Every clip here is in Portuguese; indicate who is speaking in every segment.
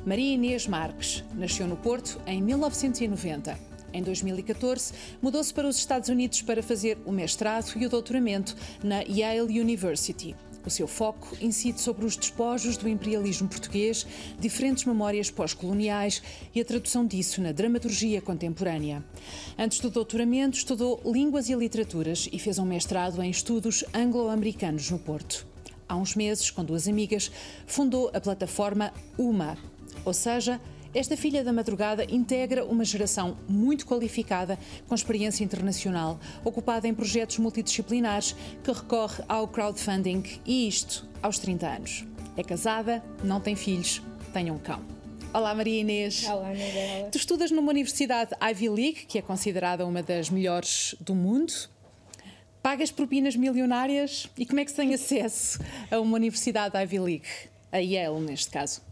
Speaker 1: Maria Inês Marques nasceu no Porto em 1990. Em 2014, mudou-se para os Estados Unidos para fazer o mestrado e o doutoramento na Yale University. O seu foco incide sobre os despojos do imperialismo português, diferentes memórias pós-coloniais e a tradução disso na dramaturgia contemporânea. Antes do doutoramento, estudou Línguas e Literaturas e fez um mestrado em Estudos Anglo-Americanos no Porto. Há uns meses, com duas amigas, fundou a plataforma UMA, ou seja, esta filha da madrugada integra uma geração muito qualificada, com experiência internacional, ocupada em projetos multidisciplinares, que recorre ao crowdfunding, e isto aos 30 anos. É casada, não tem filhos, tem um cão. Olá, Maria Inês.
Speaker 2: Olá, Maria.
Speaker 1: Tu estudas numa universidade Ivy League, que é considerada uma das melhores do mundo. Pagas propinas milionárias e como é que se tem acesso a uma universidade Ivy League? A Yale, neste caso.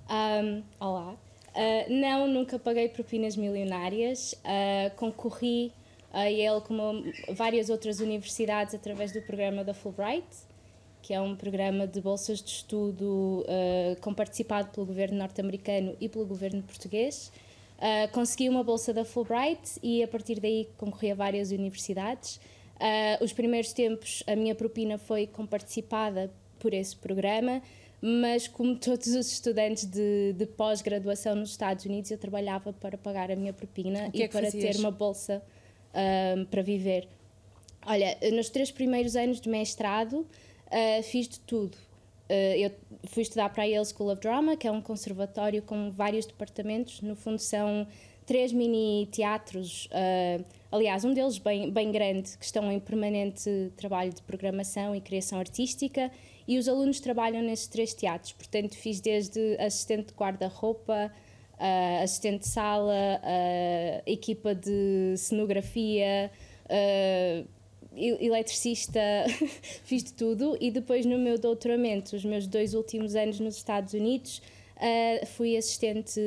Speaker 2: Olá. Não, nunca paguei propinas milionárias. Concorri a Yale como várias outras universidades através do programa da Fulbright, que é um programa de bolsas de estudo comparticipado pelo governo norte-americano e pelo governo português. Consegui uma bolsa da Fulbright e a partir daí concorri a várias universidades. Os primeiros tempos a minha propina foi comparticipada por esse programa, mas como todos os estudantes de pós-graduação nos Estados Unidos, eu trabalhava para pagar a minha propina e para ter uma bolsa para viver. Olha, nos 3 primeiros anos de mestrado fiz de tudo. Eu fui estudar para a Yale School of Drama, que é um conservatório com vários departamentos. No fundo são 3 mini-teatros, aliás, um deles bem grande, que estão em permanente trabalho de programação e criação artística, e os alunos trabalham nesses 3 teatros. Portanto, fiz desde assistente de guarda-roupa, assistente de sala, equipa de cenografia, eletricista, fiz de tudo. E depois, no meu doutoramento, os meus 2 últimos anos nos Estados Unidos, fui assistente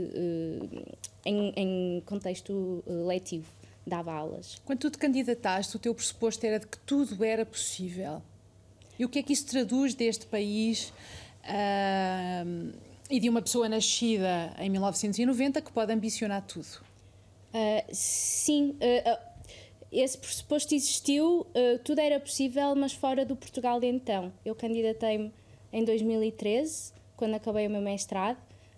Speaker 2: em contexto letivo, dava aulas.
Speaker 1: Quando tu te candidataste, o teu pressuposto era de que tudo era possível. E o que é que isso traduz deste país e de uma pessoa nascida em 1990 que pode ambicionar tudo?
Speaker 2: Sim, esse pressuposto existiu, tudo era possível, mas fora do Portugal de então. Eu candidatei-me em 2013, quando acabei o meu mestrado,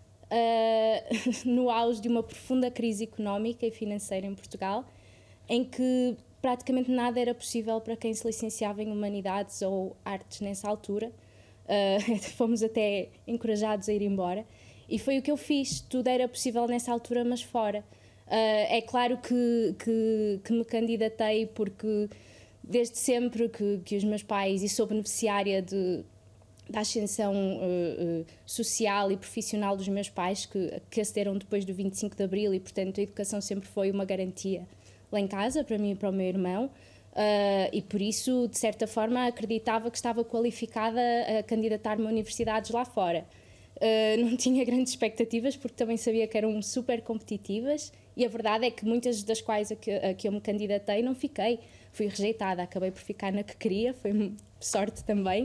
Speaker 2: no auge de uma profunda crise económica e financeira em Portugal, em que praticamente nada era possível para quem se licenciava em Humanidades ou Artes nessa altura. Fomos até encorajados a ir embora. E foi o que eu fiz. Tudo era possível nessa altura, mas fora. É claro que me candidatei porque desde sempre que os meus pais, e sou beneficiária da ascensão social e profissional dos meus pais, que acederam depois do 25 de Abril, e portanto a educação sempre foi uma garantia lá em casa, para mim e para o meu irmão, e por isso, de certa forma, acreditava que estava qualificada a candidatar-me a universidades lá fora. Não tinha grandes expectativas, porque também sabia que eram super competitivas, e a verdade é que muitas das quais a que eu me candidatei não fiquei. Fui rejeitada, acabei por ficar na que queria, foi sorte também.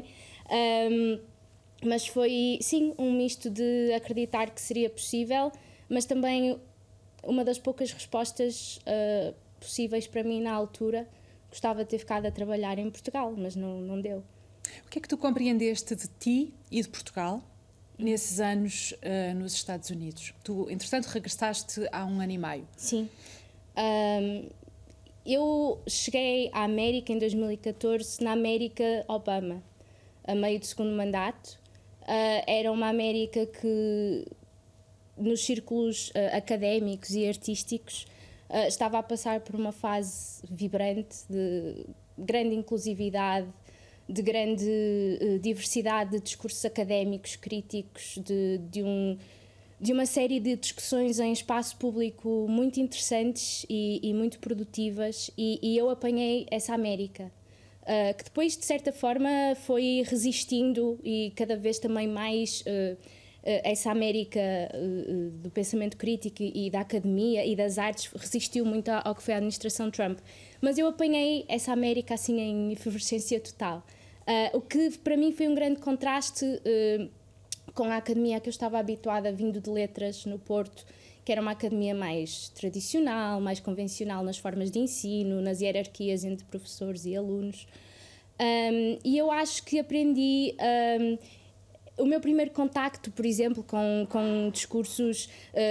Speaker 2: Mas foi, sim, um misto de acreditar que seria possível, mas também uma das poucas respostas possíveis para mim na altura. Gostava de ter ficado a trabalhar em Portugal, mas não deu.
Speaker 1: O que é que tu compreendeste de ti e de Portugal nesses anos nos Estados Unidos? Tu, entretanto, regressaste há 1 ano e meio.
Speaker 2: Sim. Eu cheguei à América em 2014, na América Obama, a meio do 2º mandato. Era uma América que, nos círculos académicos e artísticos, estava a passar por uma fase vibrante de grande inclusividade, de grande diversidade de discursos académicos, críticos, de uma série de discussões em espaço público muito interessantes e muito produtivas, e eu apanhei essa América, que depois, de certa forma, foi resistindo e cada vez também mais essa América do pensamento crítico e da academia e das artes resistiu muito ao que foi a administração Trump. Mas eu apanhei essa América assim em efervescência total. O que para mim foi um grande contraste com a academia que eu estava habituada, vindo de letras no Porto, que era uma academia mais tradicional, mais convencional nas formas de ensino, nas hierarquias entre professores e alunos. E eu acho que aprendi... o meu primeiro contacto, por exemplo, com discursos...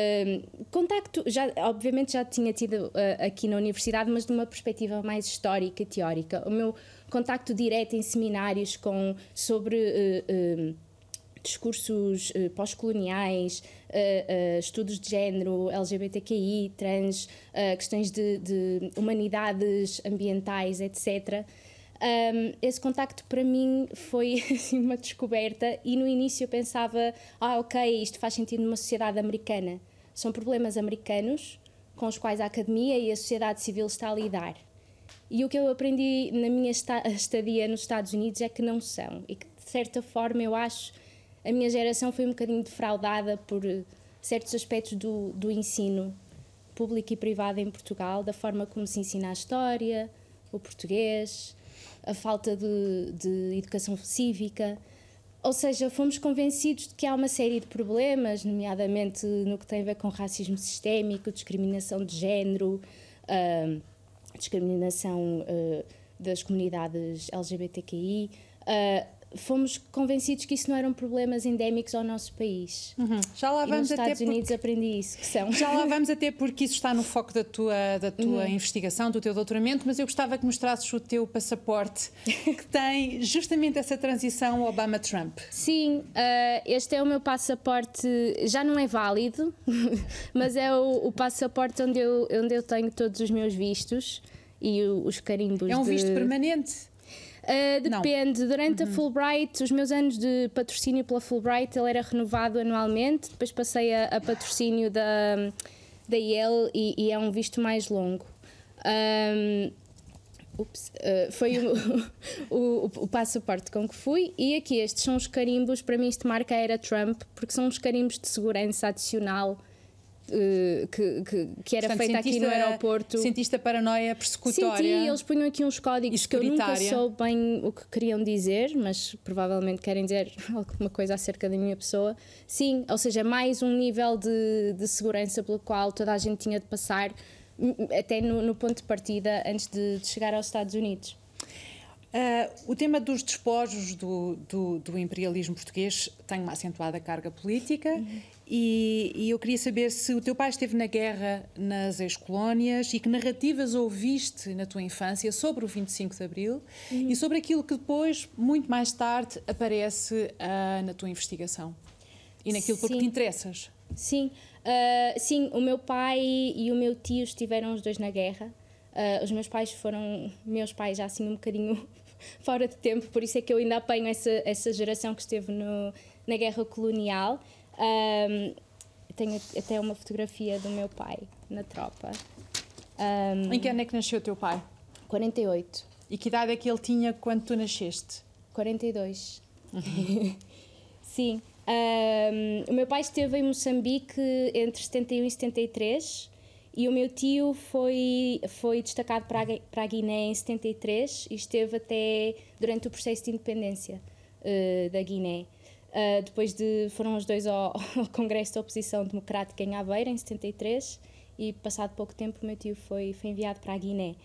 Speaker 2: obviamente já tinha tido aqui na universidade, mas de uma perspectiva mais histórica e teórica. O meu contacto direto em seminários sobre discursos pós-coloniais, estudos de género, LGBTQI, trans, questões de humanidades ambientais, etc., esse contacto para mim foi assim, uma descoberta, e no início eu pensava, ok, isto faz sentido numa sociedade americana, são problemas americanos com os quais a academia e a sociedade civil está a lidar. E o que eu aprendi na minha estadia nos Estados Unidos é que não são, e que de certa forma eu acho a minha geração foi um bocadinho defraudada por certos aspectos do ensino público e privado em Portugal, da forma como se ensina a história, o português, a falta de educação cívica. Ou seja, fomos convencidos de que há uma série de problemas, nomeadamente no que tem a ver com racismo sistémico, discriminação de género, discriminação das comunidades LGBTQI. Fomos convencidos que isso não eram problemas endémicos ao nosso país.
Speaker 1: Já lá vamos,
Speaker 2: e nos Estados Unidos aprendi isso, que são.
Speaker 1: Já lá vamos, até porque isso está no foco da tua investigação, do teu doutoramento, mas eu gostava que mostrasses o teu passaporte, que tem justamente essa transição Obama-Trump.
Speaker 2: Sim, este é o meu passaporte, já não é válido, mas é o passaporte onde eu tenho todos os meus vistos e os carimbos.
Speaker 1: É um visto permanente?
Speaker 2: Depende. Durante a Fulbright, os meus anos de patrocínio pela Fulbright, ele era renovado anualmente. Depois passei a patrocínio da Yale e é um visto mais longo. Foi o passaporte com que fui. E aqui estes são os carimbos. Para mim isto marca a era Trump, porque são os carimbos de segurança adicional que era feita aqui no aeroporto.
Speaker 1: Sentiste a paranoia persecutória?
Speaker 2: Senti, eles punham aqui uns códigos que eu nunca soube bem o que queriam dizer, mas provavelmente querem dizer alguma coisa acerca da minha pessoa. Sim, ou seja, mais um nível de segurança pelo qual toda a gente tinha de passar, até no ponto de partida antes de chegar aos Estados Unidos.
Speaker 1: O tema dos despojos do imperialismo português tem uma acentuada carga política. E eu queria saber se o teu pai esteve na guerra nas ex-colónias e que narrativas ouviste na tua infância sobre o 25 de Abril e sobre aquilo que depois, muito mais tarde, aparece na tua investigação e naquilo por que te interessas.
Speaker 2: Sim, o meu pai e o meu tio estiveram os dois na guerra. Os meus pais foram meus já assim um bocadinho fora de tempo, por isso é que eu ainda apanho essa geração que esteve na guerra colonial. Tenho até uma fotografia do meu pai na tropa.
Speaker 1: Em que ano é que nasceu o teu pai?
Speaker 2: 48.
Speaker 1: E que idade é que ele tinha quando tu nasceste?
Speaker 2: 42. Sim. O meu pai esteve em Moçambique entre 71 e 73 e o meu tio foi destacado para a Guiné em 73 e esteve até durante o processo de independência da Guiné. Depois foram os dois ao Congresso da Oposição Democrática em Aveiro, em 73, e passado pouco tempo o meu tio foi enviado para a Guiné.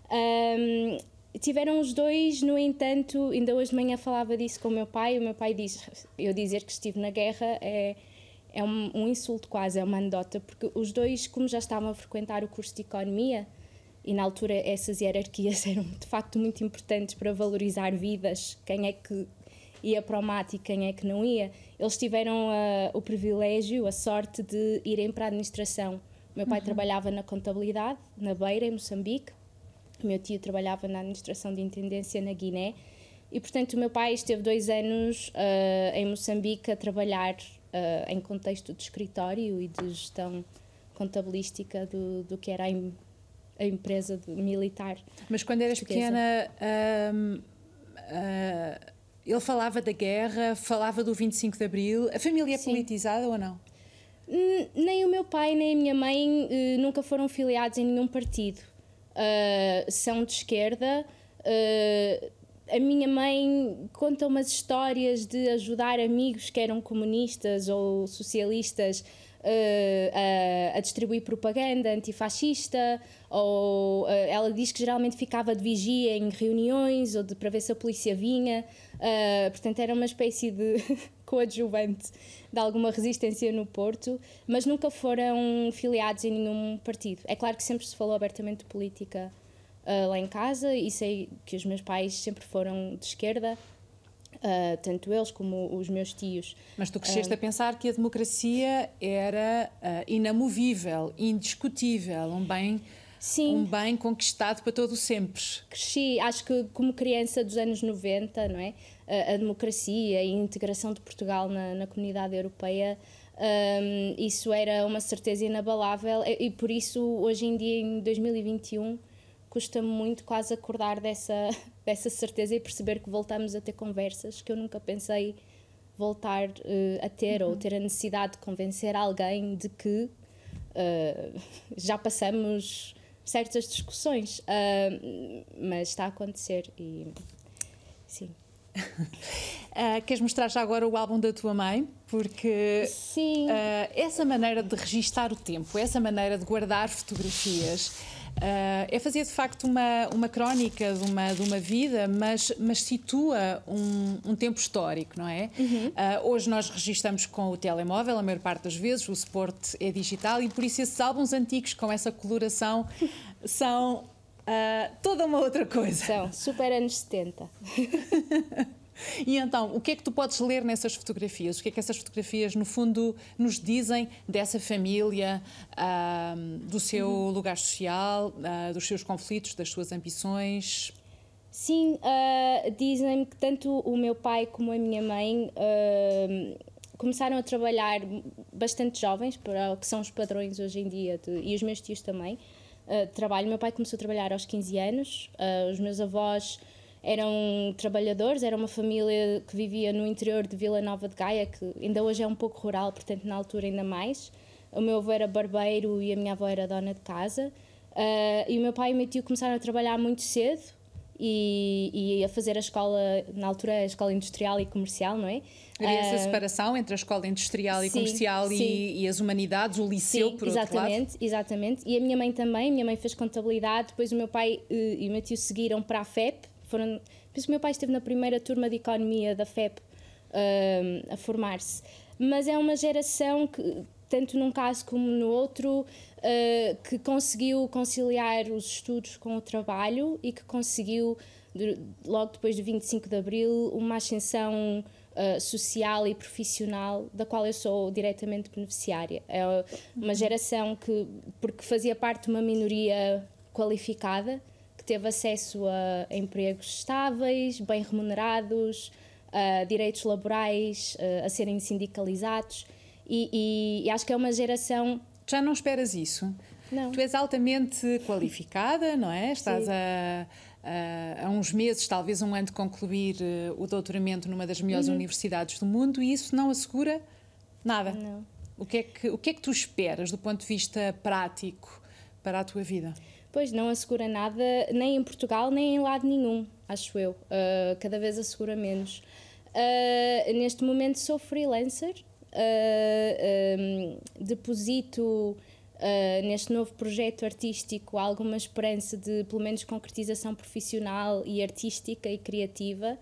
Speaker 2: Tiveram os dois, no entanto, ainda hoje de manhã falava disso com o meu pai disse, eu dizer que estive na guerra é um insulto quase, é uma anedota, porque os dois, como já estavam a frequentar o curso de Economia, e na altura essas hierarquias eram de facto muito importantes para valorizar vidas, quem é que ia para o MAT e quem é que não ia, eles tiveram o privilégio, a sorte de irem para a administração. O meu pai trabalhava na contabilidade, na Beira, em Moçambique. O meu tio trabalhava na administração de intendência na Guiné. E, portanto, o meu pai esteve 2 anos em Moçambique a trabalhar em contexto de escritório e de gestão contabilística do que era a empresa militar.
Speaker 1: Mas quando eras pequena... ele falava da guerra, falava do 25 de Abril. A família é politizada ou não?
Speaker 2: Nem o meu pai nem a minha mãe nunca foram filiados em nenhum partido. São de esquerda, a minha mãe conta umas histórias de ajudar amigos que eram comunistas ou socialistas a distribuir propaganda antifascista, ou ela diz que geralmente ficava de vigia em reuniões ou para ver se a polícia vinha, portanto era uma espécie de coadjuvante de alguma resistência no Porto, mas nunca foram filiados em nenhum partido. É claro que sempre se falou abertamente de política lá em casa, e sei que os meus pais sempre foram de esquerda, tanto eles como os meus tios.
Speaker 1: Mas tu cresceste a pensar que a democracia era inamovível, indiscutível,
Speaker 2: Sim.
Speaker 1: Um bem conquistado para todo o sempre.
Speaker 2: Cresci, acho que como criança dos anos 90, não é? A democracia e a integração de Portugal na comunidade europeia, isso era uma certeza inabalável, e por isso hoje em dia, em 2021, custa-me muito quase acordar dessa certeza e perceber que voltamos a ter conversas que eu nunca pensei voltar a ter, ou ter a necessidade de convencer alguém de que já passamos certas discussões, mas está a acontecer e sim.
Speaker 1: Queres mostrar já agora o álbum da tua mãe? Porque
Speaker 2: sim.
Speaker 1: Essa maneira de registar o tempo, essa maneira de guardar fotografias, é fazer de facto uma crónica de uma vida, mas situa um tempo histórico, não é? Hoje nós registamos com o telemóvel, a maior parte das vezes, o suporte é digital, e por isso esses álbuns antigos com essa coloração são toda uma outra coisa.
Speaker 2: São super anos 70.
Speaker 1: E então, o que é que tu podes ler nessas fotografias? O que é que essas fotografias, no fundo, nos dizem dessa família, do seu lugar social, dos seus conflitos, das suas ambições?
Speaker 2: Sim, dizem-me que tanto o meu pai como a minha mãe começaram a trabalhar bastante jovens, para o que são os padrões hoje em dia, e os meus tios também trabalham. Meu pai começou a trabalhar aos 15 anos, os meus avós eram trabalhadores, era uma família que vivia no interior de Vila Nova de Gaia, que ainda hoje é um pouco rural, portanto na altura ainda mais. O meu avô era barbeiro e a minha avó era dona de casa, e o meu pai e o meu tio começaram a trabalhar muito cedo e a fazer a escola, na altura a escola industrial e comercial, não é?
Speaker 1: Havia essa separação entre a escola industrial e comercial e as humanidades, o liceu, por outro lado?
Speaker 2: Exatamente. E a minha mãe também, minha mãe fez contabilidade, depois o meu pai e o meu tio seguiram para a FEP, por isso o meu pai esteve na primeira turma de economia da FEP a formar-se. Mas é uma geração que, tanto num caso como no outro, que conseguiu conciliar os estudos com o trabalho e que conseguiu, logo depois do 25 de Abril, uma ascensão social e profissional da qual eu sou diretamente beneficiária. É uma geração porque fazia parte de uma minoria qualificada, teve acesso a empregos estáveis, bem remunerados, direitos laborais, a serem sindicalizados, e acho que é uma geração...
Speaker 1: Já não esperas isso?
Speaker 2: Não.
Speaker 1: Tu és altamente qualificada, não é? Estás a uns meses, talvez um ano, de concluir o doutoramento numa das melhores universidades do mundo, e isso não assegura nada.
Speaker 2: Não.
Speaker 1: O que é que tu esperas do ponto de vista prático para a tua vida?
Speaker 2: Pois, não assegura nada, nem em Portugal, nem em lado nenhum, acho eu. Cada vez assegura menos. Neste momento sou freelancer, deposito neste novo projeto artístico alguma esperança de, pelo menos, concretização profissional e artística e criativa.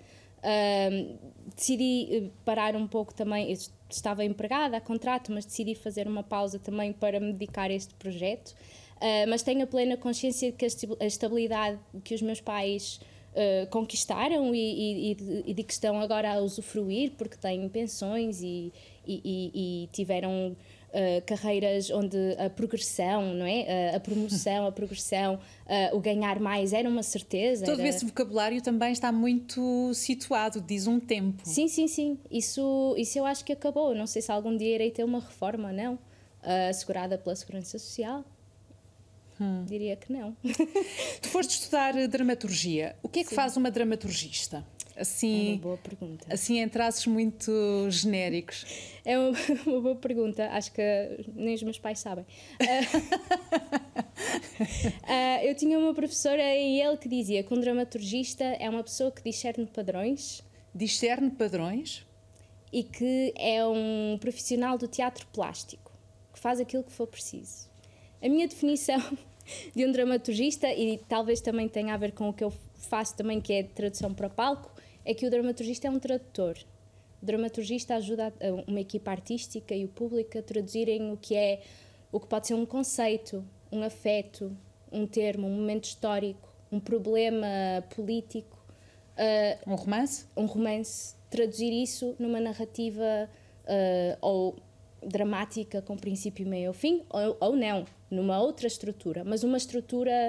Speaker 2: Decidi parar um pouco também, eu estava empregada a contrato, mas decidi fazer uma pausa também para me dedicar a este projeto. Mas tenho a plena consciência de que a estabilidade que os meus pais conquistaram e de que estão agora a usufruir, porque têm pensões e tiveram carreiras onde a progressão, não é? A promoção, a progressão, o ganhar mais era uma certeza.
Speaker 1: Todo esse vocabulário também está muito situado, diz um tempo.
Speaker 2: Sim. Isso eu acho que acabou. Não sei se algum dia irei ter uma reforma ou não, assegurada pela Segurança Social. Diria que não.
Speaker 1: Tu foste estudar dramaturgia. O que é que faz uma dramaturgista? Assim,
Speaker 2: é uma boa pergunta.
Speaker 1: Assim, em traços muito genéricos.
Speaker 2: É uma boa pergunta. Acho que nem os meus pais sabem. Eu tinha uma professora em Yale que dizia que um dramaturgista é uma pessoa que discerne padrões.
Speaker 1: Discerne padrões?
Speaker 2: E que é um profissional do teatro plástico, que faz aquilo que for preciso. A minha definição de um dramaturgista, e talvez também tenha a ver com o que eu faço também, que é tradução para palco, é que o dramaturgista é um tradutor. O dramaturgista ajuda uma equipa artística e o público a traduzirem o que pode ser um conceito, um afeto, um termo, um momento histórico, um problema político.
Speaker 1: Um romance?
Speaker 2: Um romance. Traduzir isso numa narrativa ou dramática com princípio, meio ao fim, ou não, numa outra estrutura, mas uma estrutura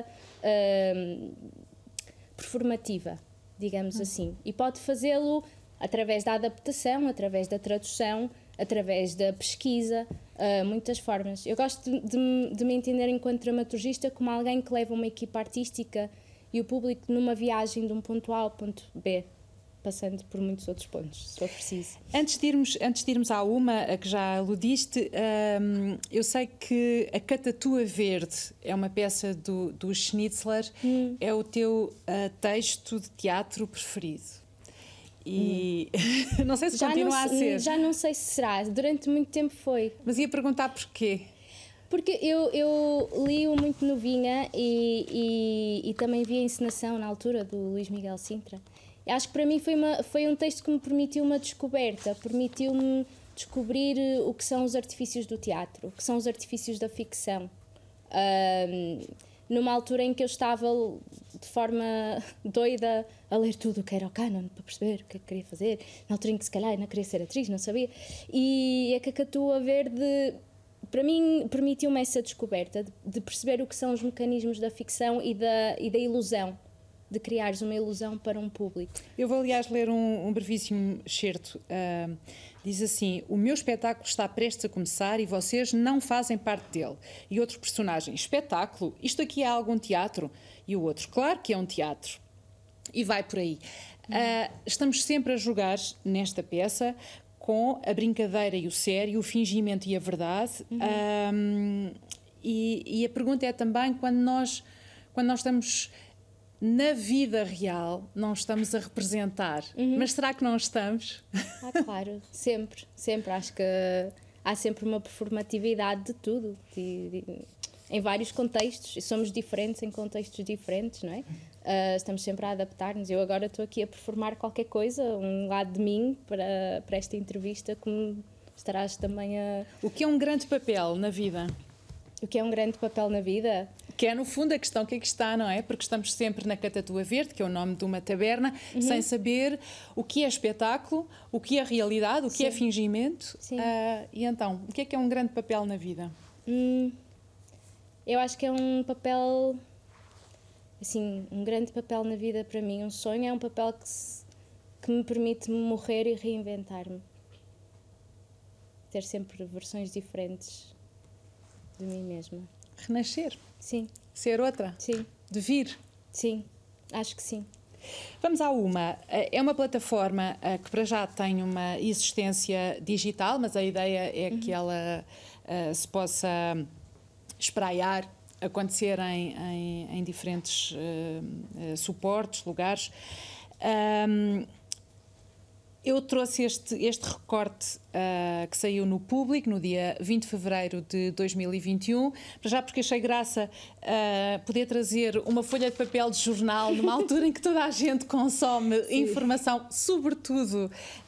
Speaker 2: performativa, digamos assim. E pode fazê-lo através da adaptação, através da tradução, através da pesquisa, muitas formas. Eu gosto de me entender enquanto dramaturgista como alguém que leva uma equipa artística e o público numa viagem de um ponto A ao ponto B, passando por muitos outros pontos, se for preciso.
Speaker 1: Antes de irmos à uma, a que já aludiste, eu sei que A Catatua Verde é uma peça do Schnitzler, é o teu texto de teatro preferido. E não sei se continua a ser.
Speaker 2: Já não sei se será, durante muito tempo foi.
Speaker 1: Mas ia perguntar porquê.
Speaker 2: Porque eu li-o muito novinha e também vi a encenação na altura do Luís Miguel Sintra. Acho que para mim foi um texto que me permitiu uma descoberta, permitiu-me descobrir o que são os artifícios do teatro, o que são os artifícios da ficção. Numa altura em que eu estava de forma doida a ler tudo o que era o canon para perceber o que é que queria fazer, na altura em que se calhar não queria ser atriz, não sabia. E a Catatua Verde, para mim, permitiu-me essa descoberta de perceber o que são os mecanismos da ficção e da ilusão, de criares uma ilusão para um público.
Speaker 1: Eu vou, aliás, ler um brevíssimo excerto. Diz assim: o meu espetáculo está prestes a começar e vocês não fazem parte dele. E outro personagem: espetáculo? Isto aqui é algum teatro? E o outro: claro que é um teatro. E vai por aí. Estamos sempre a jogar nesta peça com a brincadeira e o sério, o fingimento e a verdade. E a pergunta é também, quando nós estamos na vida real, não estamos a representar, mas será que não estamos?
Speaker 2: Claro, sempre. Acho que há sempre uma performatividade de tudo, em vários contextos, e somos diferentes em contextos diferentes, não é? Estamos sempre a adaptar-nos. Eu agora estou aqui a performar qualquer coisa, um lado de mim, para esta entrevista, como estarás também a...
Speaker 1: O que é um grande papel na vida?
Speaker 2: O que é um grande papel na vida?
Speaker 1: Que é, no fundo, a questão que aqui está, não é? Porque estamos sempre na Catatua Verde, que é o nome de uma taberna, sem saber o que é espetáculo, o que é realidade, o que é fingimento. E então, o que é um grande papel na vida?
Speaker 2: Eu acho que é um papel... Assim, um grande papel na vida para mim, um sonho, é um papel que me permite morrer e reinventar-me. Ter sempre versões diferentes de mim mesma.
Speaker 1: Renascer?
Speaker 2: Sim.
Speaker 1: Ser outra?
Speaker 2: Sim.
Speaker 1: Devir?
Speaker 2: Sim, acho que sim.
Speaker 1: Vamos à uma. É uma plataforma que para já tem uma existência digital, mas a ideia é que ela se possa espraiar, acontecer em diferentes suportes, lugares. Eu trouxe este recorte que saiu no Público no dia 20 de fevereiro de 2021, para já porque achei graça poder trazer uma folha de papel de jornal numa altura em que toda a gente consome informação, sobretudo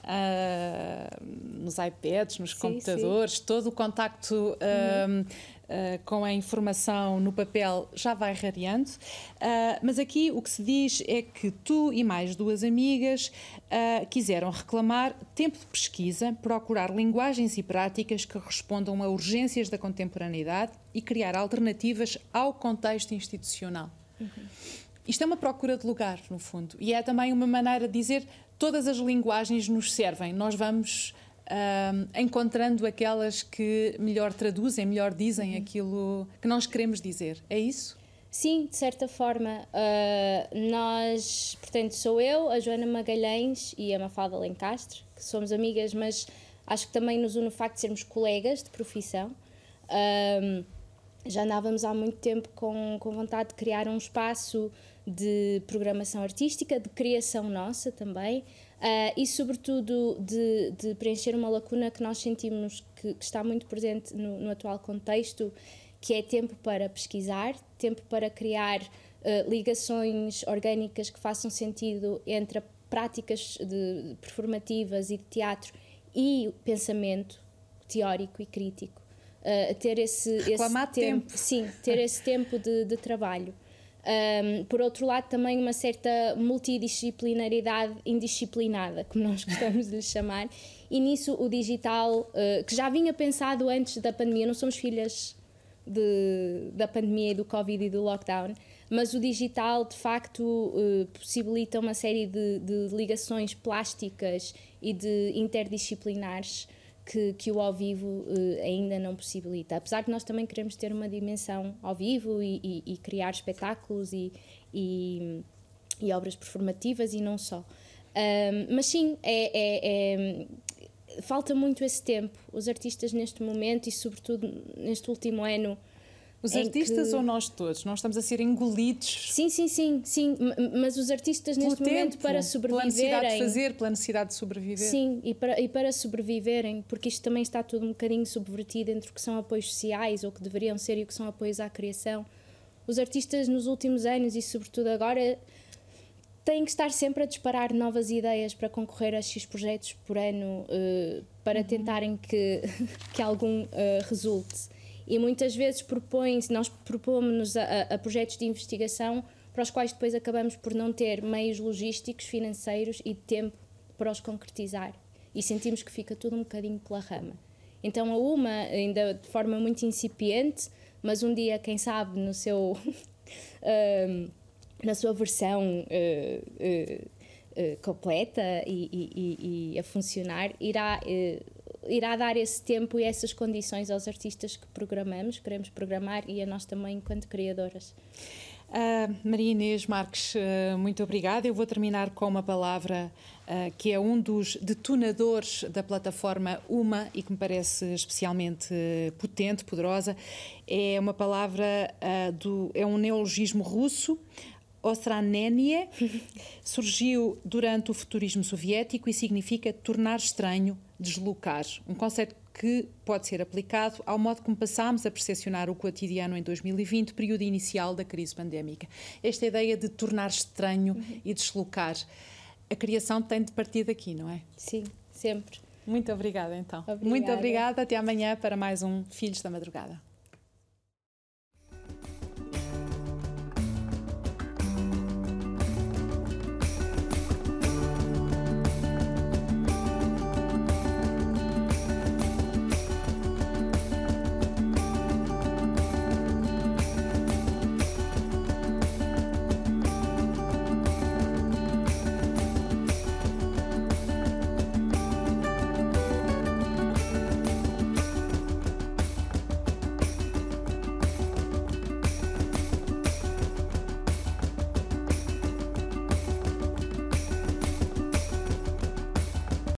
Speaker 1: nos iPads, nos computadores, todo o contacto com a informação no papel já vai rareando, mas aqui o que se diz é que tu e mais duas amigas quiseram reclamar tempo de pesquisa, procurar linguagens e práticas que respondam a urgências da contemporaneidade e criar alternativas ao contexto institucional. Isto é uma procura de lugar, no fundo, e é também uma maneira de dizer todas as linguagens nos servem, nós vamos encontrando aquelas que melhor traduzem, melhor dizem aquilo que nós queremos dizer. É isso?
Speaker 2: Sim, de certa forma. Nós, portanto, sou eu, a Joana Magalhães e a Mafalda Lencastre, que somos amigas, mas acho que também nos une o facto de sermos colegas de profissão. já andávamos há muito tempo com vontade de criar um espaço de programação artística, de criação nossa também, e sobretudo de preencher uma lacuna que nós sentimos que está muito presente no atual contexto, que é tempo para pesquisar, tempo para criar ligações orgânicas que façam sentido entre práticas performativas e de teatro e pensamento teórico e crítico. Ter esse tempo. Sim, ter esse tempo de trabalho. Por outro lado, também uma certa multidisciplinaridade indisciplinada, como nós gostamos de lhe chamar, e nisso o digital, que já vinha pensado antes da pandemia, não somos filhas da pandemia e do Covid e do lockdown, mas o digital de facto possibilita uma série de ligações plásticas e de interdisciplinares que o ao vivo ainda não possibilita. Apesar de nós também queremos ter uma dimensão ao vivo e criar espetáculos e obras performativas e não só. Mas sim, falta muito esse tempo. Os artistas neste momento e sobretudo neste último ano.
Speaker 1: Os artistas ou nós todos? Nós estamos a ser engolidos?
Speaker 2: Sim, mas os artistas neste momento para sobreviverem...
Speaker 1: Pela necessidade de fazer, pela necessidade de sobreviver.
Speaker 2: Sim, e para sobreviverem, porque isto também está tudo um bocadinho subvertido entre o que são apoios sociais, ou que deveriam ser, e o que são apoios à criação. Os artistas nos últimos anos, e sobretudo agora, têm que estar sempre a disparar novas ideias para concorrer a X projetos por ano, para tentarem que algum resulte. E muitas vezes nós propomos-nos a projetos de investigação para os quais depois acabamos por não ter meios logísticos, financeiros e tempo para os concretizar. E sentimos que fica tudo um bocadinho pela rama. Então a UMA, ainda de forma muito incipiente, mas um dia, quem sabe, na sua versão completa e a funcionar, irá dar esse tempo e essas condições aos artistas que queremos programar, e a nós também enquanto criadoras.
Speaker 1: Maria Inês Marques, muito obrigada. Eu vou terminar com uma palavra que é um dos detonadores da plataforma UMA e que me parece especialmente potente, poderosa. É uma palavra, é um neologismo russo, Ostranenie, surgiu durante o futurismo soviético e significa tornar estranho, deslocar. Um conceito que pode ser aplicado ao modo como passámos a percepcionar o cotidiano em 2020, período inicial da crise pandémica. Esta ideia de tornar estranho e deslocar. A criação tem de partir daqui, não é?
Speaker 2: Sim, sempre.
Speaker 1: Muito obrigada, então.
Speaker 2: Obrigada.
Speaker 1: Muito obrigada. Até amanhã para mais um Filhos da Madrugada.